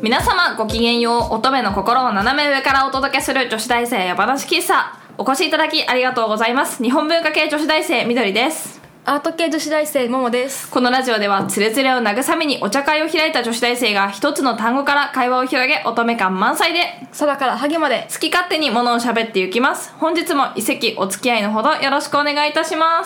皆様ごきげんよう。乙女の心を斜め上からお届けする女子大生やばなし喫茶。お越しいただきありがとうございます。日本文化系女子大生みどりです。 アート系女子大生ももです。 このラジオではつれつれを慰めにお茶会を開いた女子大生が一つの単語から会話を広げ、乙女感満載で空からハゲまで好き勝手に物を喋っていきます。本日も一席お付き合いのほどよろしくお願いいたします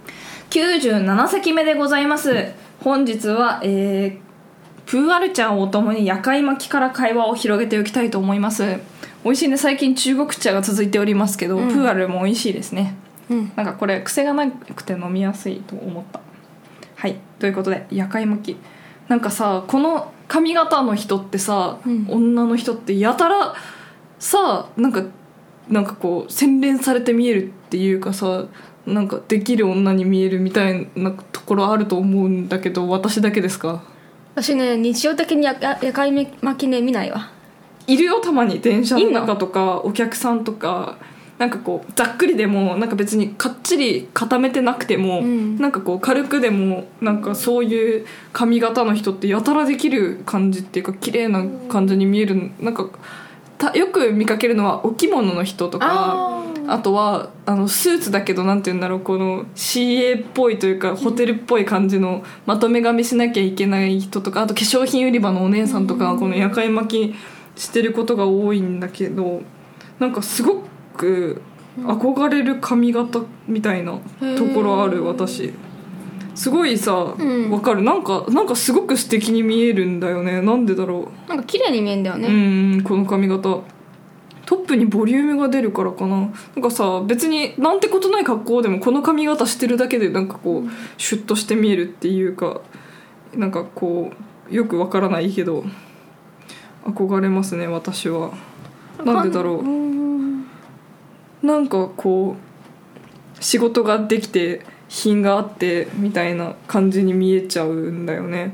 。97席目でございます。本日はプーアル茶をお供に夜会巻きから会話を広げておきたいと思います。美味しいね。最近中国茶が続いておりますけど、プーアルも美味しいですね。なんかこれ癖がなくて飲みやすいと思った。はい、ということで夜会巻き、なんかさ、この髪型の人ってさ、女の人ってやたらさ、なんかこう洗練されて見えるっていうかさ、なんかできる女に見えるみたいなところあると思うんだけど、私だけですか？ 私ね、日常的に夜会巻きね見ないわ。 いるよ、たまに電車の中とかお客さんとか、なんかこうざっくりでもなんか別にかっちり固めてなくても、なんかこう軽くでもなんかそういう髪型の人ってやたらできる感じっていうか綺麗な感じに見える。なんかよく見かけるのはお着物の人とか、あとはスーツだけどなんていうんだろう、この CA っぽいというかホテルっぽい感じのまとめ髪しなきゃいけない人とか、あと化粧品売り場のお姉さんとかこの夜会巻きしてることが多いんだけど、なんかすごく憧れる髪型みたいなところある。私すごいさ、わかる。なんかすごく素敵に見えるんだよね。なんでだろう。なんか綺麗に見えるんだよね。 この髪型トップにボリュームが出るからかな。なんかさ、別になんてことない格好でもこの髪型してるだけでなんかこうシュッとして見えるっていうか、なんかこうよくわからないけど憧れますね、私は。なんでだろう。なんかこう仕事ができて品があってみたいな感じに見えちゃうんだよね。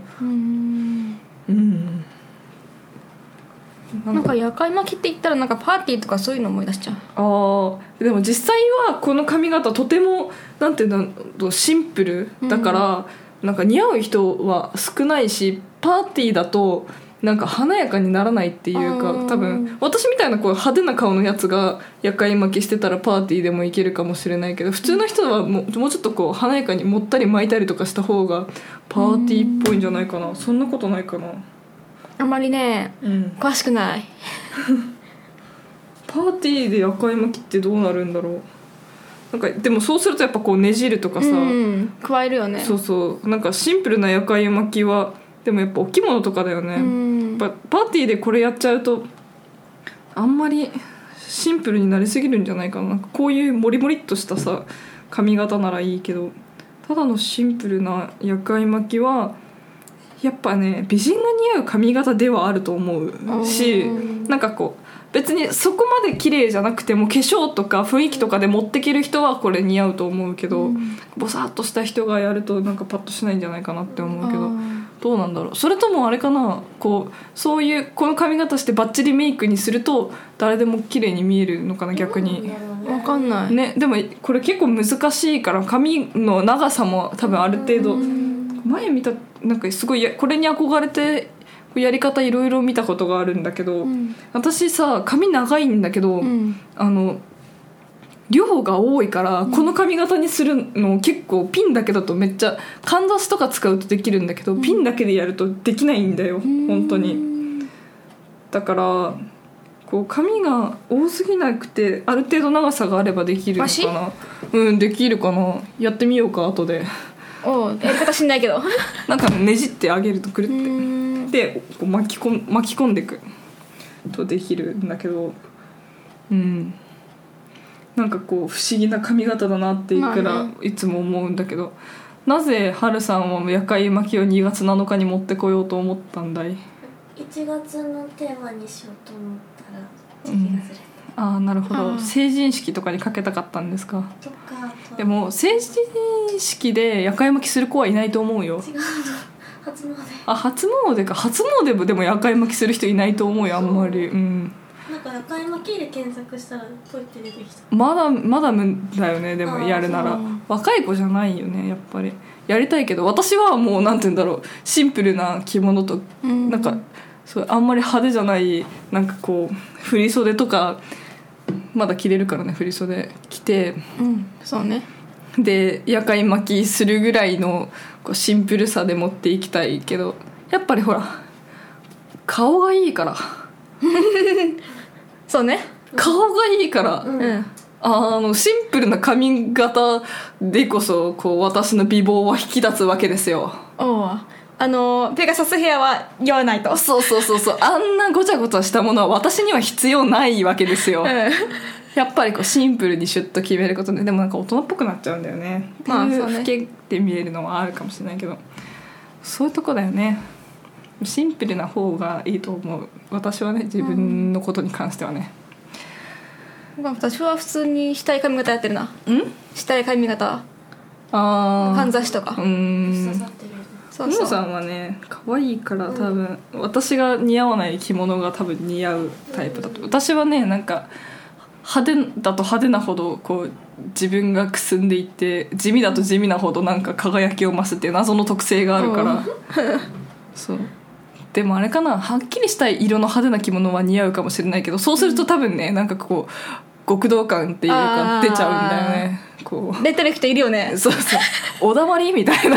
なんか夜会巻きって言ったらなんかパーティーとかそういうの思い出しちゃう。 でも実際はこの髪型とてもなんていうんだろう、シンプルだから、なんか似合う人は少ないし、パーティーだとなんか華やかにならないっていうか、多分私みたいなこう派手な顔のやつが夜会巻きしてたらパーティーでもいけるかもしれないけど、普通の人はもうちょっとこう華やかに盛ったり巻いたりとかした方がパーティーっぽいんじゃないかな。そんなことないかな。 あんまりね、詳しくない。 パーティーで夜会巻きってどうなるんだろう。なんかでもそうするとやっぱこうねじるとかさ、 加えるよね。 そうそう、なんかシンプルな夜会巻きはでもやっぱお着物とかだよね。パーティーでこれやっちゃうとあんまりシンプルになりすぎるんじゃないかな。なんかこういうモリモリっとしたさ髪型ならいいけど、ただのシンプルな夜会巻きはやっぱね、美人が似合う髪型ではあると思うし、なんかこう別にそこまで綺麗じゃなくても化粧とか雰囲気とかで持ってける人はこれ似合うと思うけど、ボサッとした人がやるとなんかパッとしないんじゃないかなって思うけど、どうなんだろう。それともあれかな、こうそういうこの髪型してバッチリメイクにすると誰でも綺麗に見えるのかな、逆に。 分かんないね。でもこれ結構難しいから髪の長さも多分ある程度、前見たなんかすごいこれに憧れてやり方いろいろ見たことがあるんだけど、私さ髪長いんだけど、量が多いから、この髪型にするの結構ピンだけだとめっちゃかんざしとか使うとできるんだけど、ピンだけでやるとできないんだよ、本当に。だからこう髪が多すぎなくてある程度長さがあればできるのかな。できるかな。やってみようか後で。 やり方しんないけどなんかねじってあげるとくるってでこう巻き込んでいくとできるんだけど、なんかこう不思議な髪型だなっていくらいつも思うんだけど、なぜはるさんは夜会巻きを2月7日に持ってこようと思ったんだい ？1月のテーマにしようと思ったら時期がずれた。 なるほど。成人式とかにかけたかったんですか？ とかでも成人式で夜会巻きする子はいないと思うよ。 違うの、初詣。 初詣か。初詣でも夜会巻きする人いないと思うよ、あんまり。 なんか夜会巻きで検索したらポイって出てきた。 まだだよね。でもやるなら若い子じゃないよね、やっぱり。やりたいけど私はもうなんて言うんだろう、シンプルな着物となんかそうあんまり派手じゃないなんかこう振り袖とかまだ着れるからね、振り袖着て、 そうね。 で夜会巻きするぐらいのこうシンプルさで持っていきたいけど、やっぱりほら顔がいいからそうね。 顔がいいから、シンプルな髪型でこそこう私の美貌は引き立つわけですよ。 ペガサスヘアは言わないと。 そうあんなごちゃごちゃしたものは私には必要ないわけですよ、やっぱりこうシンプルにシュッと決めることで、でもなんか大人っぽくなっちゃうんだよね。 まあそうね、 老けて見えるのはあるかもしれないけど、そういうとこだよね。シンプルな方がいいと思う、私はね、自分のことに関してはね。 私は普通にしたい髪型やってるな。したい髪型、かんざしとか。 そうももさんはね可愛いから多分、私が似合わない着物が多分似合うタイプだと。私はねなんか派手だと派手なほどこう自分がくすんでいって、地味だと地味なほどなんか輝きを増すっていう謎の特性があるからそうでもあれかな、はっきりした色の派手な着物は似合うかもしれないけど、そうすると多分ねなんかこう極道感っていうか出ちゃうんだよね。こう出てる人いるよね。 そうおだまりみたいな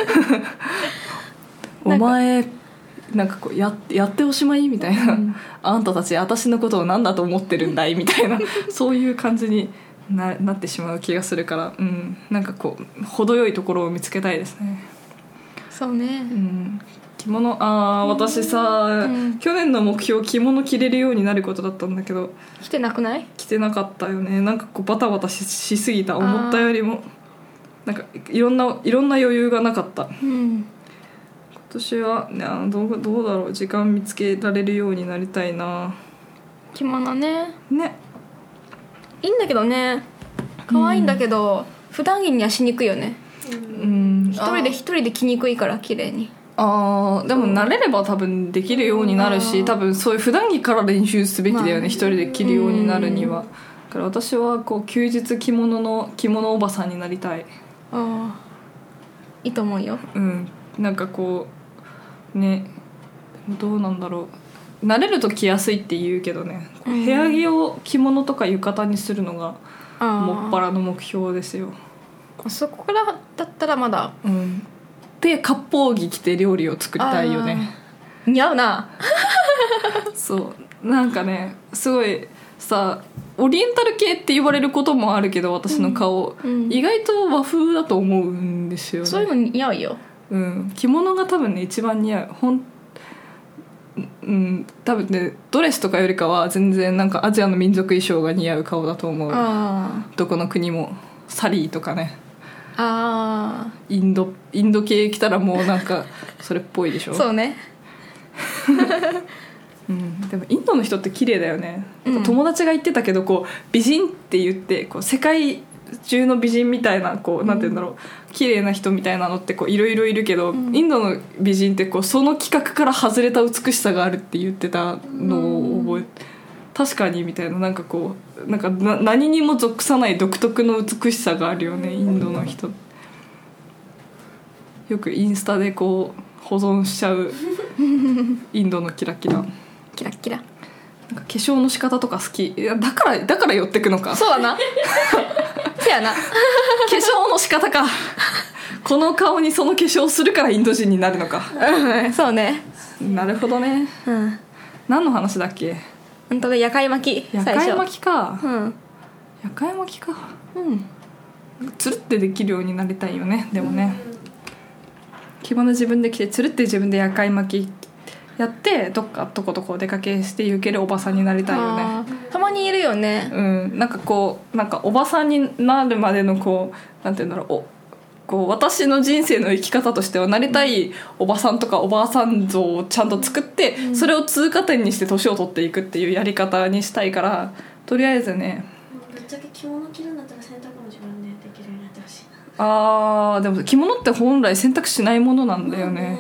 お前なんかこうやっておしまいみたいな、あんたたち私のことを何だと思ってるんだいみたいなそういう感じになってしまう気がするから、なんかこう程よいところを見つけたいですね。 そうね、 着物私さ、去年の目標着物着れるようになることだったんだけど着てなくない？ 着てなかったよね。なんかこうバタバタ しすぎた、思ったよりもなんかいろんな余裕がなかった。今年は、ね、どうだろう、時間見つけられるようになりたいな。 着物ねいいんだけどね、可愛いんだけど、普段着にはしにくいよね。一人で着にくいから綺麗に。 でも慣れれば多分できるようになるし、多分そういう普段着から練習すべきだよね、一人で着るようになるには。だから私はこう休日着物おばさんになりたい。 いいと思うよ。 なんかこうね、どうなんだろう、慣れると着やすいって言うけどね、部屋着を着物とか浴衣にするのがもっぱらの目標ですよ。 そこからだったらまだ、 で割烹着着て料理を作りたいよね。 似合うなそうなんかね、すごいさ、オリエンタル系って言われることもあるけど私の顔、意外と和風だと思うんですよね。 そういうの似合うよ。 着物が多分ね一番似合う。多分ねドレスとかよりかは全然なんかアジアの民族衣装が似合う顔だと思う。どこの国もサリーとかね、インド系来たらもうなんかそれっぽいでしょそうねでもインドの人って綺麗だよね。友達が言ってたけどこう美人って言ってこう世界中の美人みたいなこうなんて言うんだろう、綺麗な人みたいなのってこういろいろいるけど、インドの美人ってこうその規格から外れた美しさがあるって言ってたのを覚えて、確かにみたいな、なんかこうなんか何にも属さない独特の美しさがあるよね、インドの人。よくインスタでこう保存しちゃうインドのキラキラなんか化粧の仕方とか好き。いやだから寄ってくのか。 そうだなせやな化粧の仕方かこの顔にその化粧するからインド人になるのか。 そうね、 なるほどね。何の話だっけ。 夜会巻き。 夜会巻きか。夜会巻きか。つるってできるようになりたいよね。でもね、着物自分で着てつるって自分で夜会巻きやってどこお出かけして行けるおばさんになりたいよね。 たまにいるよね。 なんかこうなんかおばさんになるまでのこうなんていうんだろう、こう私の人生の生き方としてはなりたいおばさんとかおばあさん像をちゃんと作って、それを通過点にして年を取っていくっていうやり方にしたいから、とりあえずね。 ぶっちゃけ着物着るんだったら洗濯も自分でできるようになってほしいな。 でも着物って本来洗濯しないものなんだよね。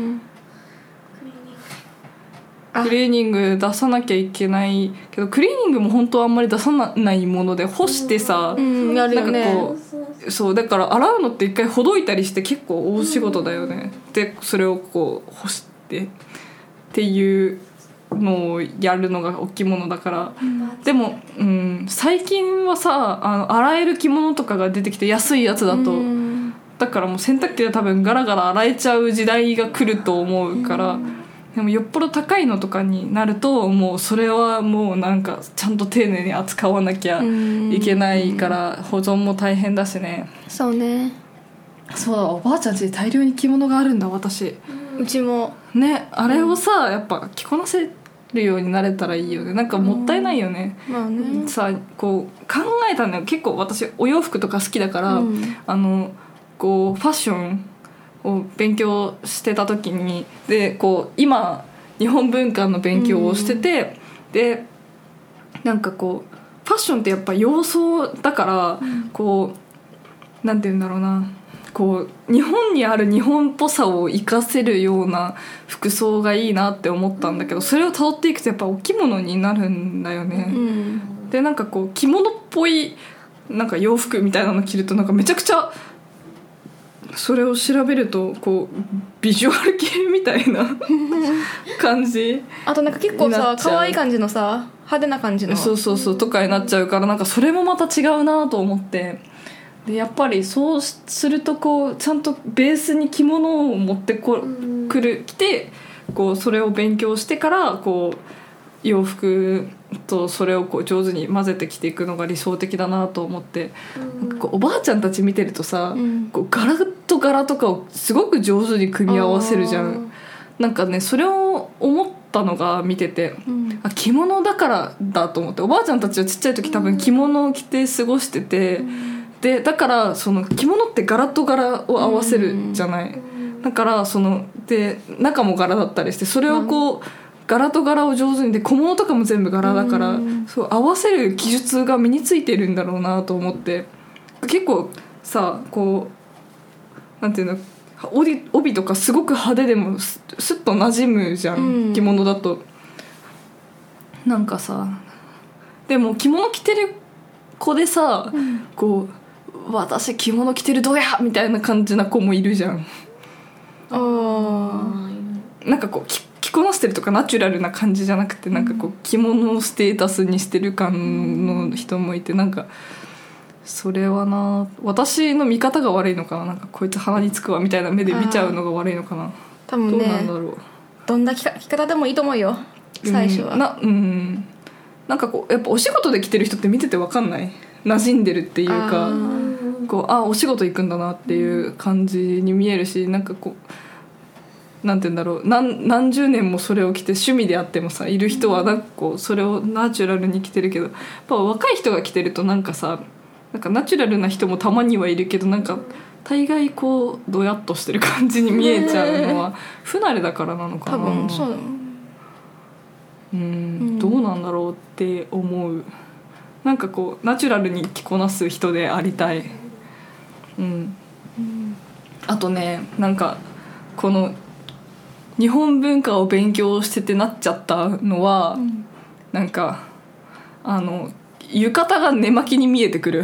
クリーニング出さなきゃいけないけど、クリーニングも本当はあんまり出さないもので、干してさ、 やるよね。 なんかこうそうだから洗うのって一回ほどいたりして結構大仕事だよね。でそれをこう干してっていうのをやるのがお着物だから、でも、最近はさ洗える着物とかが出てきて安いやつだと、だからもう洗濯機で多分ガラガラ洗えちゃう時代が来ると思うから、でもよっぽど高いのとかになるともうそれはもうなんかちゃんと丁寧に扱わなきゃいけないから保存も大変だしね。 そうね。 そうだ、おばあちゃん家で大量に着物があるんだ私。 うちもね、あれをさ、やっぱ着こなせるようになれたらいいよね。なんかもったいないよね、 まあね。 さこう考えたんだよ。結構私お洋服とか好きだから、こうファッションを勉強してた時にでこう今日本文化の勉強をしてて、でなんかこうファッションってやっぱ洋装だから、こうなんて言うんだろうな、こう日本にある日本っぽさを生かせるような服装がいいなって思ったんだけど、それを辿っていくとやっぱお着物になるんだよね、でなんかこう着物っぽいなんか洋服みたいなの着るとなんかめちゃくちゃそれを調べるとこうビジュアル系みたいな感じ。 あとなんか結構さ可愛い感じのさ派手な感じのそうとかになっちゃうから、なんかそれもまた違うなと思って、でやっぱりそうするとこうちゃんとベースに着物を持ってきてこうそれを勉強してからこう洋服とそれをこう上手に混ぜて着ていくのが理想的だなと思って、なんかこうおばあちゃんたち見てるとさ、こう柄と柄とかをすごく上手に組み合わせるじゃん。なんかねそれを思ったのが見てて、着物だからだと思って。おばあちゃんたちはちっちゃい時多分着物を着て過ごしてて、でだからその着物って柄と柄を合わせるじゃない、だからそので中も柄だったりして、それをこう柄と柄を上手にで小物とかも全部柄だから、そう合わせる技術が身についてるんだろうなと思って、結構さこうなんていうの帯とかすごく派手でもスッと馴染むじゃん、着物だと。なんかさでも着物着てる子でさ、こう私着物着てるどやみたいな感じな子もいるじゃん。なんかこう着こなしてるとかナチュラルな感じじゃなくて、なんかこう着物をステータスにしてる感の人もいて、なんかそれはな私の見方が悪いのかな、なんかこいつ鼻につくわみたいな目で見ちゃうのが悪いのかな。 多分ね、 どうなんだろう。 どんな着方でもいいと思うよ最初は。 なんかこうやっぱお仕事で着てる人って見てて分かんない、馴染んでるっていうか、こうお仕事行くんだなっていう感じに見えるし、なんかこうなんて言うんだろう、何十年もそれを着て趣味であってもさいる人はなんかこうそれをナチュラルに着てるけど、やっぱ若い人が着てるとなんかさ、なんかナチュラルな人もたまにはいるけど、なんか大概こうドヤっとしてる感じに見えちゃうのは不慣れだからなのかな。 多分そうだ。 どうなんだろうって思う。なんかこうナチュラルに着こなす人でありたい。あとね、なんかこの日本文化を勉強しててなっちゃったのは、なんか浴衣が寝巻きに見えてくる。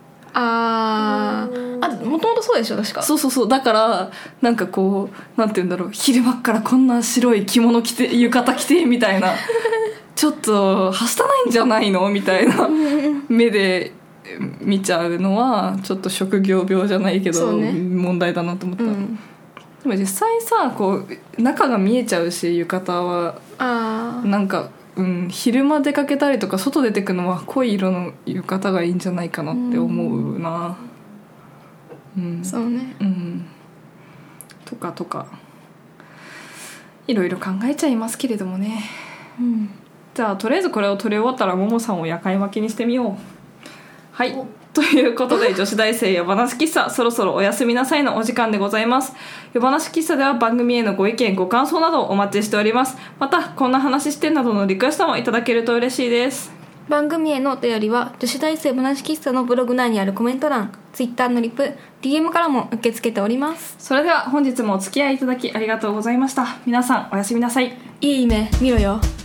もともとそうでしょ確か。 そうだからなんかこうなんて言うんだろう、昼間っからこんな白い着物着て浴衣着てみたいなちょっとはしたないんじゃないのみたいな目で見ちゃうのはちょっと職業病じゃないけど、問題だなと思った。でも実際さこう中が見えちゃうし、浴衣はなんか昼間出かけたりとか外出てくのは濃い色の浴衣がいいんじゃないかなって思うな。 そうね。 とかいろいろ考えちゃいますけれどもね。じゃあとりあえずこれを撮り終わったらももさんを夜会巻きにしてみよう。はい、ということで女子大生夜話喫茶そろそろおやすみなさいのお時間でございます。夜話喫茶では番組へのご意見ご感想などをお待ちしております。またこんな話してなどのリクエストもいただけると嬉しいです。 番組へのお便りは女子大生話喫茶のブログ内にあるコメント欄、Twitter のリプ、DM からも受け付けております。 それでは本日もお付き合いいただきありがとうございました。皆さんおやすみなさい。 いい夢見ろよ。